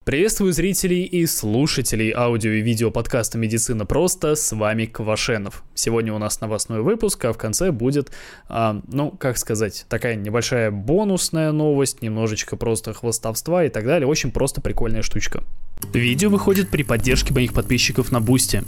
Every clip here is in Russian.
Приветствую зрителей и слушателей аудио и видео подкаста «Медицина просто», с вами Квашенов. Сегодня у нас новостной выпуск, а в конце будет, такая небольшая бонусная новость, немножечко просто хвастовства и так далее. Очень просто прикольная штучка. Видео выходит при поддержке моих подписчиков на Бусти.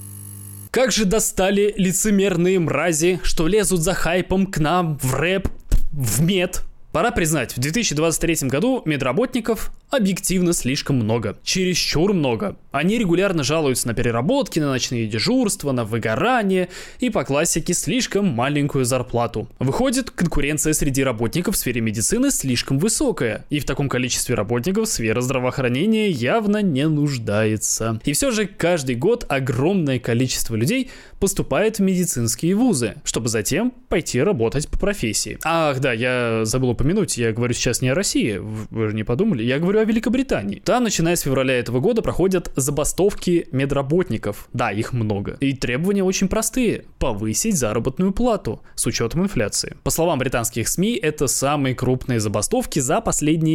Как же достали лицемерные мрази, что лезут за хайпом к нам в рэп, в мед. Пора признать, в 2023 году медработников объективно слишком много. Чересчур много. Они регулярно жалуются на переработки, на ночные дежурства, на выгорание и по классике слишком маленькую зарплату. Выходит, конкуренция среди работников в сфере медицины слишком высокая, и в таком количестве работников сфера здравоохранения явно не нуждается. И все же каждый год огромное количество людей поступает в медицинские вузы, чтобы затем пойти работать по профессии. Ах да, я забыл упомянуть, я говорю сейчас не о России, вы же не подумали, я говорю о Великобритании. Там, начиная с февраля этого года, проходят забастовки медработников. Да, их много. И требования очень простые. Повысить заработную плату с учетом инфляции. По словам британских СМИ, это самые крупные забастовки за последние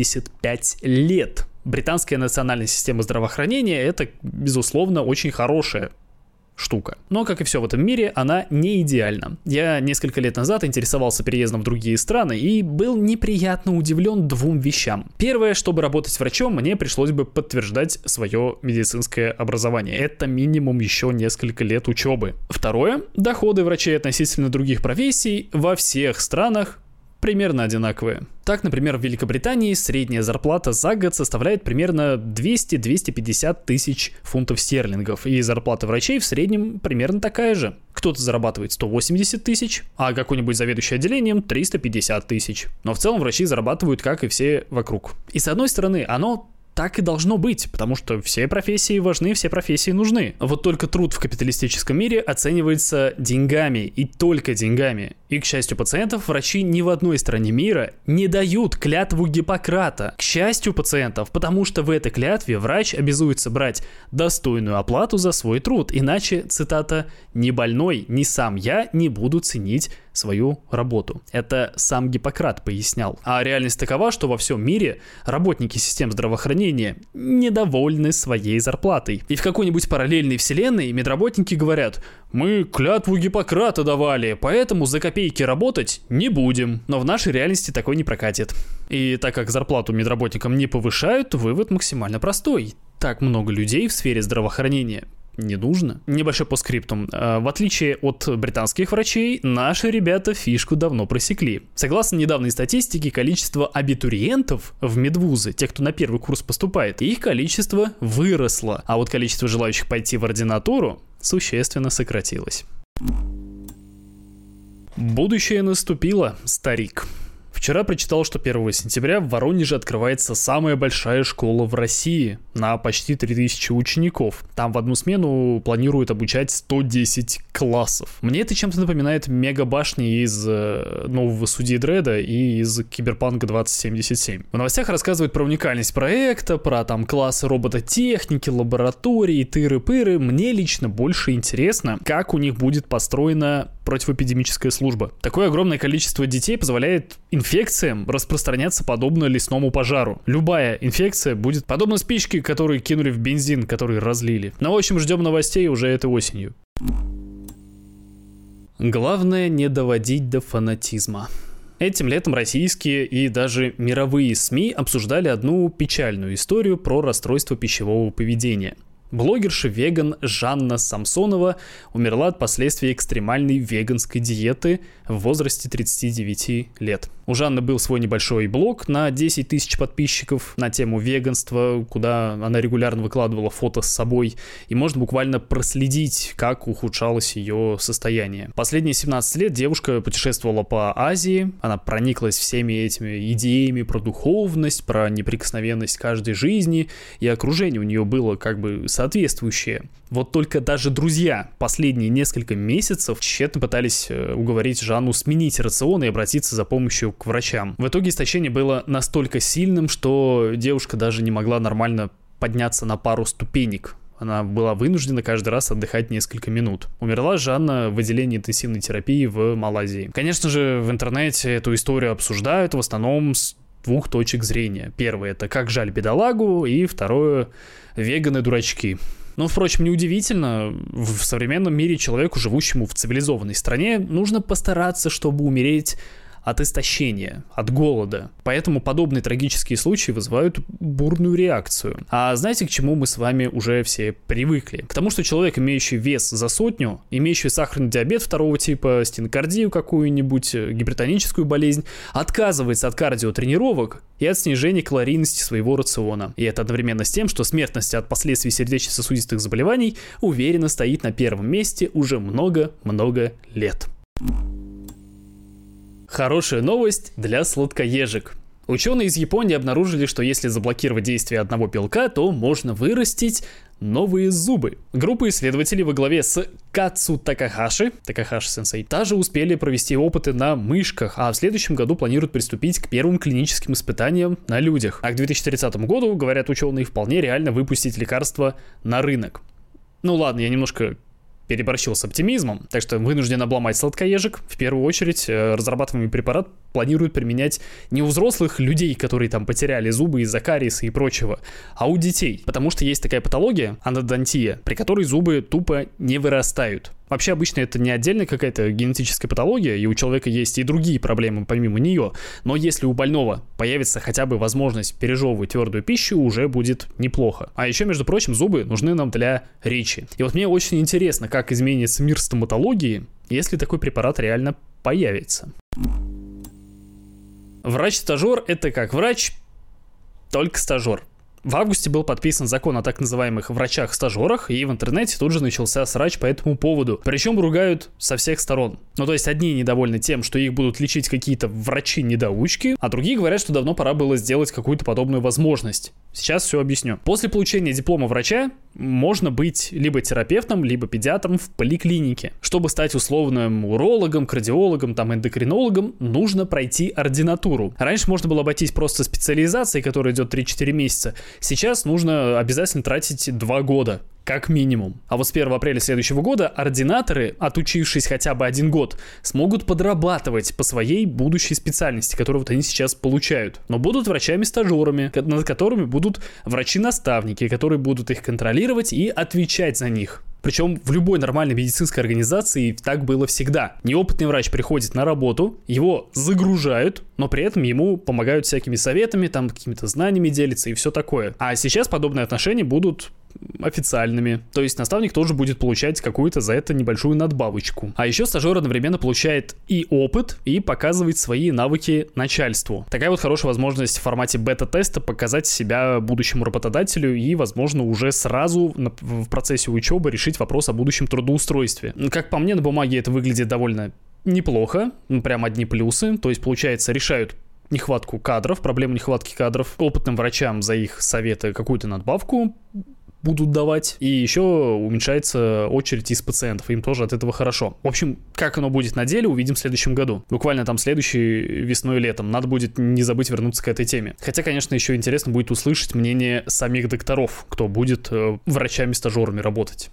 75 лет. Британская национальная система здравоохранения – это, безусловно, очень хорошая штука. Но, как и все в этом мире, она не идеальна. Я несколько лет назад интересовался переездом в другие страны и был неприятно удивлен двум вещам. Первое, чтобы работать врачом, мне пришлось бы подтверждать свое медицинское образование. Это минимум еще несколько лет учебы. Второе, доходы врачей относительно других профессий во всех странах примерно одинаковые. Так, например, в Великобритании средняя зарплата за год составляет примерно 200-250 тысяч фунтов стерлингов, и зарплата врачей в среднем примерно такая же. Кто-то зарабатывает 180 тысяч, а какой-нибудь заведующий отделением 350 тысяч. Но в целом врачи зарабатывают, как и все вокруг. И с одной стороны, оно так и должно быть, потому что все профессии важны, все профессии нужны. Вот только труд в капиталистическом мире оценивается деньгами и только деньгами. И, к счастью пациентов, врачи ни в одной стране мира не дают клятву Гиппократа. К счастью пациентов, потому что в этой клятве врач обязуется брать достойную оплату за свой труд. Иначе, цитата, «ни больной, ни сам я не буду ценить свою работу». Это сам Гиппократ пояснял. А реальность такова, что во всем мире работники систем здравоохранения недовольны своей зарплатой. И в какой-нибудь параллельной вселенной медработники говорят: «Мы клятву Гиппократа давали, поэтому за копейки работать не будем». Но в нашей реальности такой не прокатит. И так как зарплату медработникам не повышают, вывод максимально простой. Так много людей в сфере здравоохранения не нужно. Небольшой постскриптум. В отличие от британских врачей, наши ребята фишку давно просекли. Согласно недавней статистике, количество абитуриентов в медвузы, тех, кто на первый курс поступает, их количество выросло, а вот количество желающих пойти в ординатуру существенно сократилось. Будущее наступило, старик. Вчера прочитал, что 1 сентября в Воронеже открывается самая большая школа в России на почти 3000 учеников. Там в одну смену планируют обучать 110 классов. Мне это чем-то напоминает мегабашни из нового Судьи Дредда и из Киберпанка 2077. В новостях рассказывают про уникальность проекта, про там классы робототехники, лаборатории, тыры-пыры. Мне лично больше интересно, как у них будет построена противоэпидемическая служба. Такое огромное количество детей позволяет инфекциям распространяться подобно лесному пожару. Любая инфекция будет подобна спичке, которую кинули в бензин, который разлили. Ну, в общем, ждем новостей уже этой осенью. Главное не доводить до фанатизма. Этим летом российские и даже мировые СМИ обсуждали одну печальную историю про расстройство пищевого поведения. Блогерша-веган Жанна Самсонова умерла от последствий экстремальной веганской диеты в возрасте 39 лет. У Жанны был свой небольшой блог на 10 тысяч подписчиков на тему веганства, куда она регулярно выкладывала фото с собой, и можно буквально проследить, как ухудшалось ее состояние. Последние 17 лет девушка путешествовала по Азии, она прониклась всеми этими идеями про духовность, про неприкосновенность каждой жизни, и окружение у нее было как бы соответствующее. Вот только даже друзья последние несколько месяцев тщетно пытались уговорить Жанну сменить рацион и обратиться за помощью к врачам. В итоге истощение было настолько сильным, что девушка даже не могла нормально подняться на пару ступенек. Она была вынуждена каждый раз отдыхать несколько минут. Умерла Жанна в отделении интенсивной терапии в Малайзии. Конечно же, в интернете эту историю обсуждают в основном двух точек зрения. Первое — это как жаль бедолагу, и второе — веганы-дурачки. Но, впрочем, неудивительно, в современном мире человеку, живущему в цивилизованной стране, нужно постараться, чтобы умереть от истощения, от голода. Поэтому подобные трагические случаи вызывают бурную реакцию. А знаете, к чему мы с вами уже все привыкли? К тому, что человек, имеющий вес за 100, имеющий сахарный диабет 2 типа, стенокардию какую-нибудь, гипертоническую болезнь, отказывается от кардиотренировок и от снижения калорийности своего рациона. И это одновременно с тем, что смертность от последствий сердечно-сосудистых заболеваний уверенно стоит на первом месте уже много-много лет. Хорошая новость для сладкоежек. Ученые из Японии обнаружили, что если заблокировать действие одного белка, то можно вырастить новые зубы. Группа исследователей во главе с Кацу Такахаши-сенсей, также успели провести опыты на мышках, а в следующем году планируют приступить к первым клиническим испытаниям на людях. А к 2030 году, говорят ученые, вполне реально выпустить лекарство на рынок. Ну ладно, я немножко переборщил с оптимизмом, так что вынужден обломать сладкоежек. В первую очередь, разрабатываемый препарат планируют применять не у взрослых людей, которые там потеряли зубы из-за кариеса и прочего, а у детей. Потому что есть такая патология, анодонтия, при которой зубы тупо не вырастают. Вообще, обычно это не отдельная какая-то генетическая патология, и у человека есть и другие проблемы помимо нее. Но если у больного появится хотя бы возможность пережевывать твердую пищу, уже будет неплохо. А еще, между прочим, зубы нужны нам для речи. И вот мне очень интересно, как изменится мир стоматологии, если такой препарат реально появится. Врач-стажер — это как врач, только стажер. В августе был подписан закон о так называемых врачах-стажерах, и в интернете тут же начался срач по этому поводу. Причем ругают со всех сторон. Ну, то есть одни недовольны тем, что их будут лечить какие-то врачи-недоучки, а другие говорят, что давно пора было сделать какую-то подобную возможность. Сейчас все объясню. После получения диплома врача можно быть либо терапевтом, либо педиатром в поликлинике. Чтобы стать условным урологом, кардиологом, там, эндокринологом, нужно пройти ординатуру. Раньше можно было обойтись просто специализацией, которая идет 3-4 месяца. Сейчас нужно обязательно тратить 2 года. Как минимум. А вот с 1 апреля следующего года ординаторы, отучившись хотя бы 1 год, смогут подрабатывать по своей будущей специальности, которую вот они сейчас получают. Но будут врачами-стажерами, над которыми будут врачи-наставники, которые будут их контролировать и отвечать за них. Причем в любой нормальной медицинской организации так было всегда. Неопытный врач приходит на работу, его загружают, но при этом ему помогают всякими советами, там какими-то знаниями делятся и все такое. А сейчас подобные отношения будут официальными. То есть наставник тоже будет получать какую-то за это небольшую надбавочку. А еще стажер одновременно получает и опыт, и показывает свои навыки начальству. Такая вот хорошая возможность в формате бета-теста показать себя будущему работодателю и, возможно, уже сразу в процессе учебы решить вопрос о будущем трудоустройстве. Как по мне, на бумаге это выглядит довольно неплохо, прям одни плюсы. То есть, получается, решают нехватку кадров, проблему нехватки кадров, опытным врачам за их советы какую-то надбавку будут давать, и еще уменьшается очередь из пациентов, им тоже от этого хорошо. В общем, как оно будет на деле, увидим в следующем году. Буквально там следующей весной и летом. Надо будет не забыть вернуться к этой теме. Хотя, конечно, еще интересно будет услышать мнение самих докторов, кто будет врачами-стажерами работать.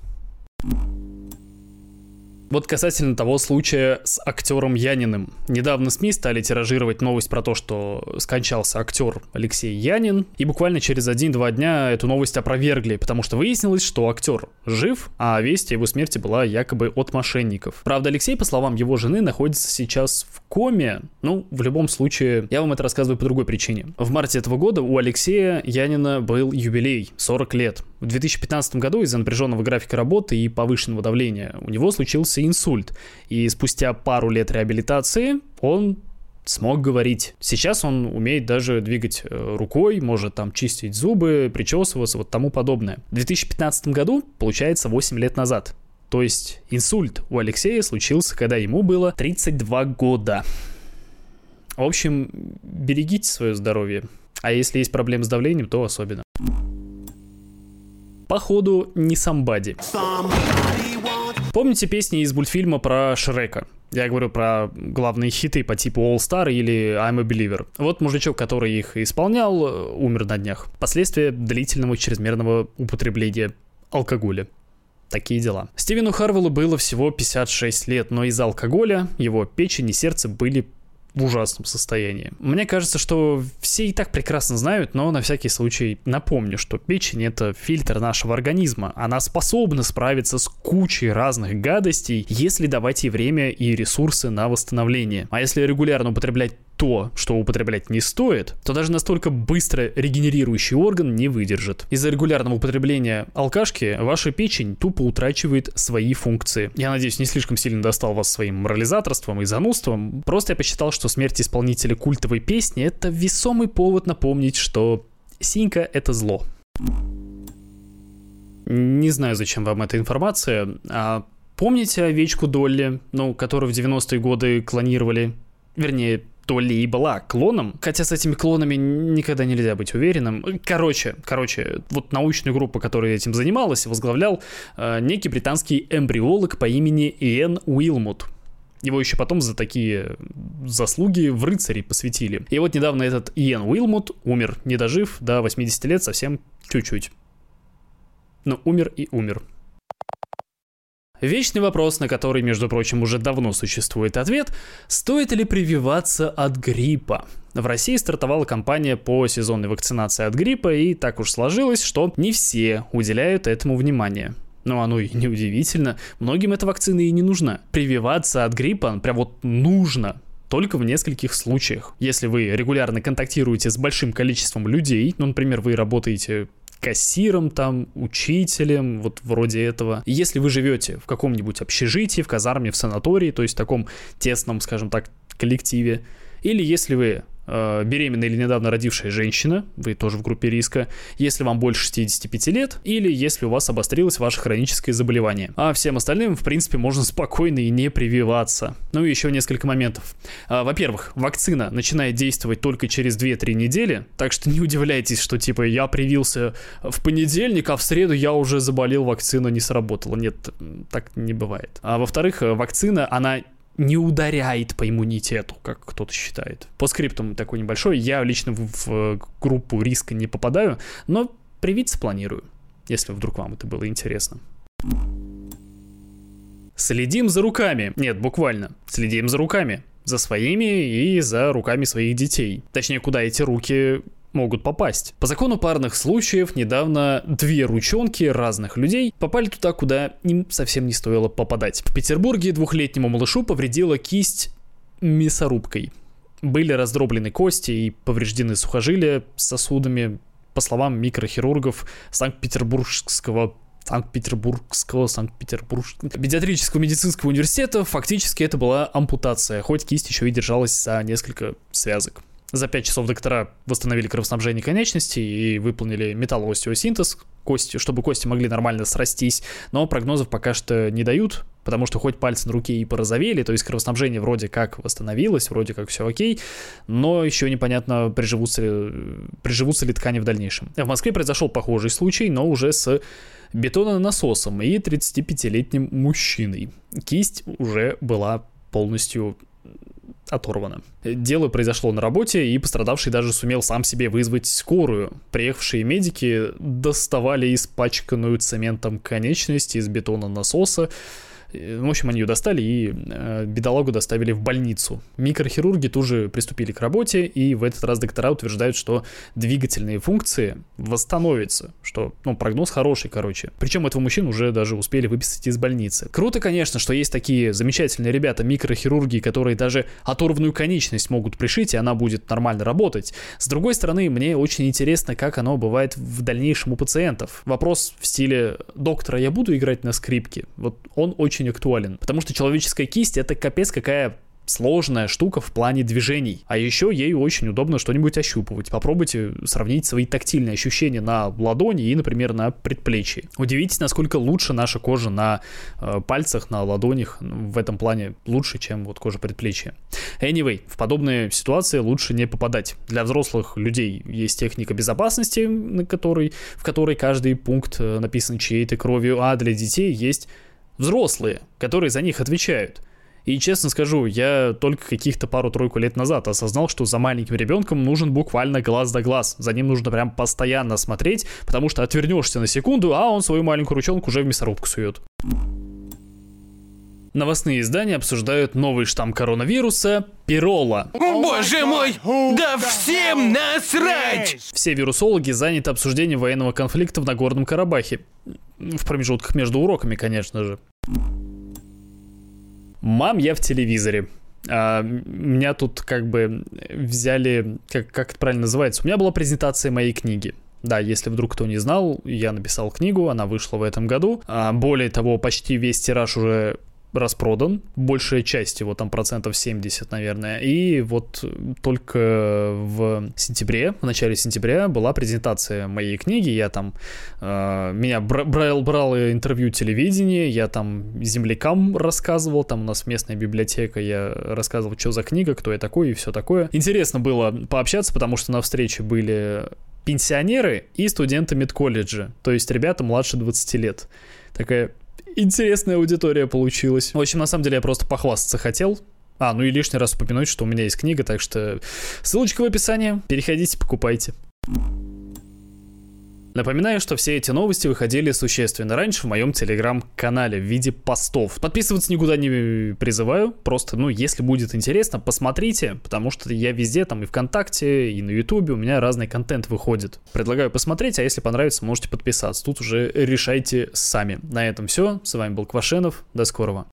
Вот касательно того случая с актером Яниным. Недавно СМИ стали тиражировать новость про то, что скончался актер Алексей Янин, и буквально через 1-2 дня эту новость опровергли, потому что выяснилось, что актер жив, а весть о его смерти была якобы от мошенников. Правда, Алексей, по словам его жены, находится сейчас в коме. Ну, в любом случае, я вам это рассказываю по другой причине. В марте этого года у Алексея Янина был юбилей — 40 лет. В 2015 году из-за напряженного графика работы и повышенного давления у него случился инсульт, и спустя пару лет реабилитации он смог говорить. Сейчас он умеет даже двигать рукой, может там чистить зубы, причесываться, вот тому подобное. В 2015 году, получается, 8 лет назад. То есть инсульт у Алексея случился, когда ему было 32 года. В общем, берегите свое здоровье. А если есть проблемы с давлением, то особенно. Походу, не somebody. Помните песни из мультфильма про Шрека? Я говорю про главные хиты по типу All Star или I'm a Believer. Вот мужичок, который их исполнял, умер на днях. Последствия длительного чрезмерного употребления алкоголя. Такие дела. Стивену Харвеллу было всего 56 лет, но из-за алкоголя его печень и сердце были в ужасном состоянии. Мне кажется, что все и так прекрасно знают, но на всякий случай напомню, что печень — это фильтр нашего организма. Она способна справиться с кучей разных гадостей, если давать ей время и ресурсы на восстановление. А если регулярно употреблять то, что употреблять не стоит, то даже настолько быстро регенерирующий орган не выдержит. Из-за регулярного употребления алкашки ваша печень тупо утрачивает свои функции. Я надеюсь, не слишком сильно достал вас своим морализаторством и занудством. Просто я посчитал, что смерть исполнителя культовой песни — это весомый повод напомнить, что синька — это зло. Не знаю, зачем вам эта информация. Помните овечку Долли, которую в 90-е годы клонировали? Вернее, Долли и была клоном, хотя с этими клонами никогда нельзя быть уверенным. Короче, вот научную группу, которая этим занималась, возглавлял некий британский эмбриолог по имени Иэн Уилмут. Его еще потом за такие заслуги в рыцари посвятили. И вот недавно этот Иэн Уилмут умер, не дожив до 80 лет, совсем чуть-чуть. Но умер и умер. Вечный вопрос, на который, между прочим, уже давно существует ответ: стоит ли прививаться от гриппа? В России стартовала кампания по сезонной вакцинации от гриппа, и так уж сложилось, что не все уделяют этому внимание. Но оно и не удивительно, многим эта вакцина и не нужна. Прививаться от гриппа прям вот нужно. Только в нескольких случаях. Если вы регулярно контактируете с большим количеством людей, например, вы работаете кассиром, учителем, вот вроде этого. И если вы живете в каком-нибудь общежитии, в казарме, в санатории, то есть в таком тесном, скажем так, коллективе, или если вы беременная или недавно родившая женщина, вы тоже в группе риска, если вам больше 65 лет, или если у вас обострилось ваше хроническое заболевание. А всем остальным, в принципе, можно спокойно и не прививаться. И еще несколько моментов. Во-первых, вакцина начинает действовать только через 2-3 недели, так что не удивляйтесь, что я привился в понедельник, а в среду я уже заболел, вакцина не сработала. Нет, так не бывает. А во-вторых, вакцина, она не ударяет по иммунитету, как кто-то считает. По скриптум такой небольшой. Я лично в группу риска не попадаю, но привиться планирую, если вдруг вам это было интересно. Следим за руками. Нет, буквально. Следим за руками. За своими и за руками своих детей. Точнее, куда эти руки могут попасть. По закону парных случаев недавно 2 ручонки разных людей попали туда, куда им совсем не стоило попадать. В Петербурге 2-летнему малышу повредила кисть мясорубкой. Были раздроблены кости и повреждены сухожилия с сосудами. По словам микрохирургов Санкт-Петербургского педиатрического медицинского университета, фактически это была ампутация, хоть кисть еще и держалась за несколько связок. За 5 часов доктора восстановили кровоснабжение конечностей и выполнили металлоостеосинтез кости, чтобы кости могли нормально срастись, но прогнозов пока что не дают, потому что хоть пальцы на руке и порозовели, то есть кровоснабжение вроде как восстановилось, вроде как все окей, но еще непонятно, приживутся ли ткани в дальнейшем. В Москве произошел похожий случай, но уже с бетононасосом и 35-летним мужчиной. Кисть уже была полностью оторвано. Дело произошло на работе, и пострадавший даже сумел сам себе вызвать скорую. Приехавшие медики доставали испачканную цементом конечность из бетононасоса. В общем, они ее достали и бедолагу доставили в больницу. Микрохирурги тут же приступили к работе, и в этот раз доктора утверждают, что двигательные функции восстановятся, что, прогноз хороший, Причем этого мужчину уже даже успели выписать из больницы. Круто, конечно, что есть такие замечательные ребята, микрохирурги, которые даже оторванную конечность могут пришить, и она будет нормально работать. С другой стороны, мне очень интересно, как оно бывает в дальнейшем у пациентов. Вопрос в стиле: доктора, я буду играть на скрипке? Вот он очень актуален, потому что человеческая кисть — это капец какая сложная штука в плане движений, а еще ею очень удобно что-нибудь ощупывать. Попробуйте сравнить свои тактильные ощущения на ладони и, например, на предплечье. Удивитесь, насколько лучше наша кожа на пальцах, на ладонях, в этом плане лучше, чем вот кожа предплечья. Anyway, в подобные ситуации лучше не попадать. Для взрослых людей есть техника безопасности, в которой каждый пункт написан чьей-то кровью, а для детей есть взрослые, которые за них отвечают. И честно скажу, я только каких-то пару-тройку лет назад осознал, что за маленьким ребенком нужен буквально глаз да глаз. За ним нужно прям постоянно смотреть, потому что отвернешься на секунду, а он свою маленькую ручонку уже в мясорубку сует. Новостные издания обсуждают новый штамм коронавируса – пирола. Боже мой, да всем насрать! Все вирусологи заняты обсуждением военного конфликта в Нагорном Карабахе. В промежутках между уроками, конечно же. Мам, я в телевизоре. Меня тут как бы взяли, как это правильно называется, у меня была презентация моей книги. Да, если вдруг кто не знал, я написал книгу, она вышла в этом году. Более того, почти весь тираж уже распродан, большая часть его, там 70%, наверное. И вот только в начале сентября была презентация моей книги. Я там, меня брал интервью телевидения, я там землякам рассказывал, там у нас местная библиотека, я рассказывал, что за книга, кто я такой и все такое. Интересно было пообщаться, потому что на встрече были пенсионеры и студенты медколледжа, то есть ребята младше 20 лет. Такая интересная аудитория получилась. В общем, на самом деле я просто похвастаться хотел. Ну и лишний раз упомянуть, что у меня есть книга, так что ссылочка в описании. Переходите, покупайте. Напоминаю, что все эти новости выходили существенно раньше в моем телеграм-канале в виде постов. Подписываться никуда не призываю, просто, если будет интересно, посмотрите, потому что я везде, там и ВКонтакте, и на Ютубе, у меня разный контент выходит. Предлагаю посмотреть, а если понравится, можете подписаться. Тут уже решайте сами. На этом все, с вами был Квашенов, до скорого.